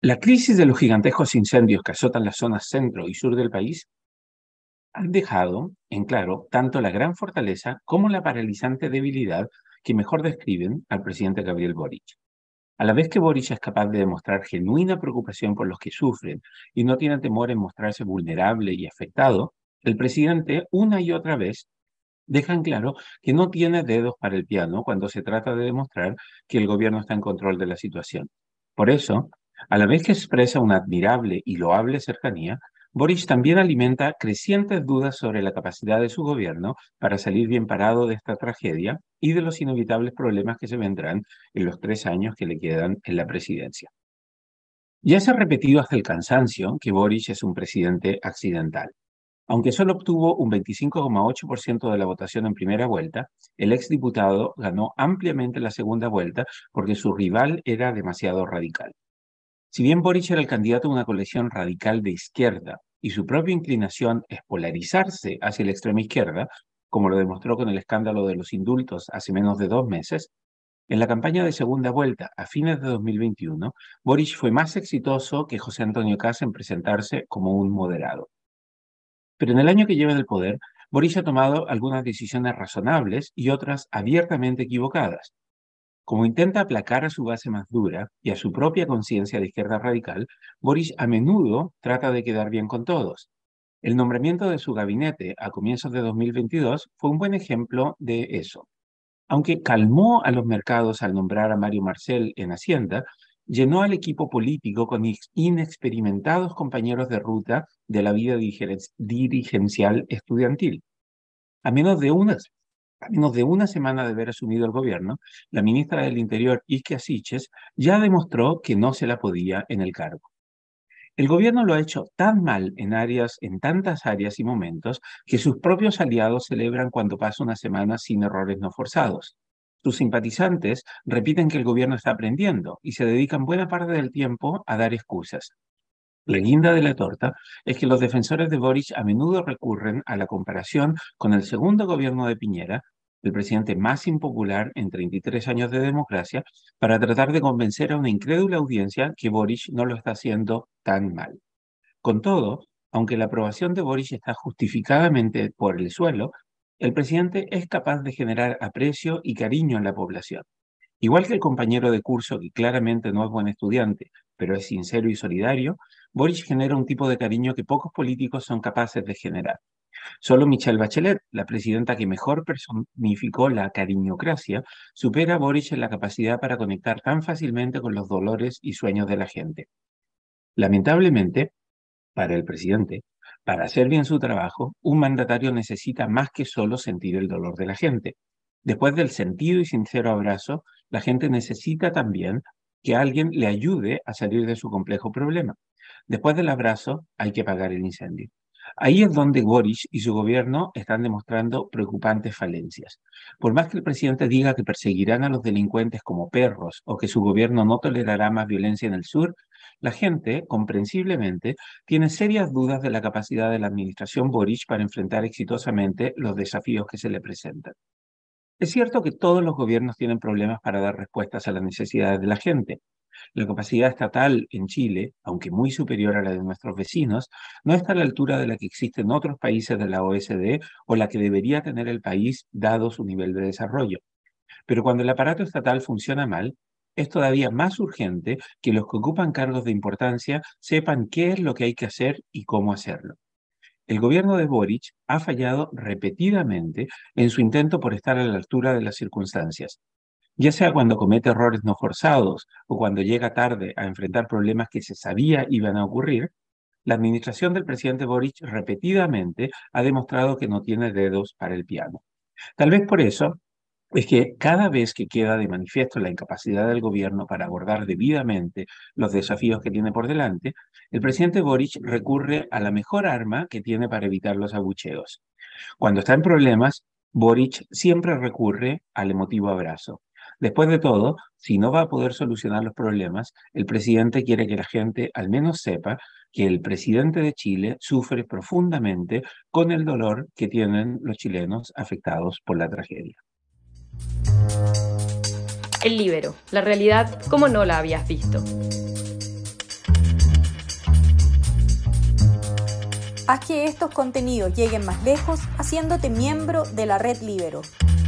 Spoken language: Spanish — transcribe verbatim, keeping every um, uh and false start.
La crisis de los gigantescos incendios que azotan las zonas centro y sur del país han dejado en claro tanto la gran fortaleza como la paralizante debilidad que mejor describen al presidente Gabriel Boric. A la vez que Boric es capaz de demostrar genuina preocupación por los que sufren y no tiene temor en mostrarse vulnerable y afectado, el presidente una y otra vez deja en claro que no tiene dedos para el piano cuando se trata de demostrar que el gobierno está en control de la situación. Por eso, a la vez que expresa una admirable y loable cercanía, Boric también alimenta crecientes dudas sobre la capacidad de su gobierno para salir bien parado de esta tragedia y de los inevitables problemas que se vendrán en los tres años que le quedan en la presidencia. Ya se ha repetido hasta el cansancio que Boric es un presidente accidental. Aunque solo obtuvo un veinticinco coma ocho por ciento de la votación en primera vuelta, el exdiputado ganó ampliamente la segunda vuelta porque su rival era demasiado radical. Si bien Boric era el candidato de una coalición radical de izquierda y su propia inclinación es polarizarse hacia la extrema izquierda, como lo demostró con el escándalo de los indultos hace menos de dos meses, en la campaña de segunda vuelta a fines de dos mil veintiuno, Boric fue más exitoso que José Antonio Kast en presentarse como un moderado. Pero en el año que lleva en el poder, Boric ha tomado algunas decisiones razonables y otras abiertamente equivocadas. Como intenta aplacar a su base más dura y a su propia conciencia de izquierda radical, Boric a menudo trata de quedar bien con todos. El nombramiento de su gabinete a comienzos de dos mil veintidós fue un buen ejemplo de eso. Aunque calmó a los mercados al nombrar a Mario Marcel en Hacienda, llenó al equipo político con inexperimentados compañeros de ruta de la vida dirigencial estudiantil. A menos de unas A menos de una semana de haber asumido el gobierno, la ministra del Interior, Isquia Siches, ya demostró que no se la podía en el cargo. El gobierno lo ha hecho tan mal en áreas, en tantas áreas y momentos, que sus propios aliados celebran cuando pasa una semana sin errores no forzados. Sus simpatizantes repiten que el gobierno está aprendiendo y se dedican buena parte del tiempo a dar excusas. La guinda de la torta es que los defensores de Boric a menudo recurren a la comparación con el segundo gobierno de Piñera, el presidente más impopular en treinta y tres años de democracia, para tratar de convencer a una incrédula audiencia que Boric no lo está haciendo tan mal. Con todo, aunque la aprobación de Boric está justificadamente por el suelo, el presidente es capaz de generar aprecio y cariño en la población. Igual que el compañero de curso que claramente no es buen estudiante, pero es sincero y solidario, Boric genera un tipo de cariño que pocos políticos son capaces de generar. Solo Michelle Bachelet, la presidenta que mejor personificó la cariñocracia, supera a Boric en la capacidad para conectar tan fácilmente con los dolores y sueños de la gente. Lamentablemente, para el presidente, para hacer bien su trabajo, un mandatario necesita más que solo sentir el dolor de la gente. Después del sentido y sincero abrazo, la gente necesita también que alguien le ayude a salir de su complejo problema. Después del abrazo, hay que apagar el incendio. Ahí es donde Boric y su gobierno están demostrando preocupantes falencias. Por más que el presidente diga que perseguirán a los delincuentes como perros o que su gobierno no tolerará más violencia en el sur, la gente, comprensiblemente, tiene serias dudas de la capacidad de la administración Boric para enfrentar exitosamente los desafíos que se le presentan. Es cierto que todos los gobiernos tienen problemas para dar respuestas a las necesidades de la gente. La capacidad estatal en Chile, aunque muy superior a la de nuestros vecinos, no está a la altura de la que existe en otros países de la O E C D o la que debería tener el país dado su nivel de desarrollo. Pero cuando el aparato estatal funciona mal, es todavía más urgente que los que ocupan cargos de importancia sepan qué es lo que hay que hacer y cómo hacerlo. El gobierno de Boric ha fallado repetidamente en su intento por estar a la altura de las circunstancias, ya sea cuando comete errores no forzados o cuando llega tarde a enfrentar problemas que se sabía iban a ocurrir. La administración del presidente Boric repetidamente ha demostrado que no tiene dedos para el piano. Tal vez por eso es que cada vez que queda de manifiesto la incapacidad del gobierno para abordar debidamente los desafíos que tiene por delante, el presidente Boric recurre a la mejor arma que tiene para evitar los abucheos. Cuando está en problemas, Boric siempre recurre al emotivo abrazo. Después de todo, si no va a poder solucionar los problemas, el presidente quiere que la gente al menos sepa que el presidente de Chile sufre profundamente con el dolor que tienen los chilenos afectados por la tragedia. El Líbero, la realidad como no la habías visto. Haz que estos contenidos lleguen más lejos haciéndote miembro de la Red Libero.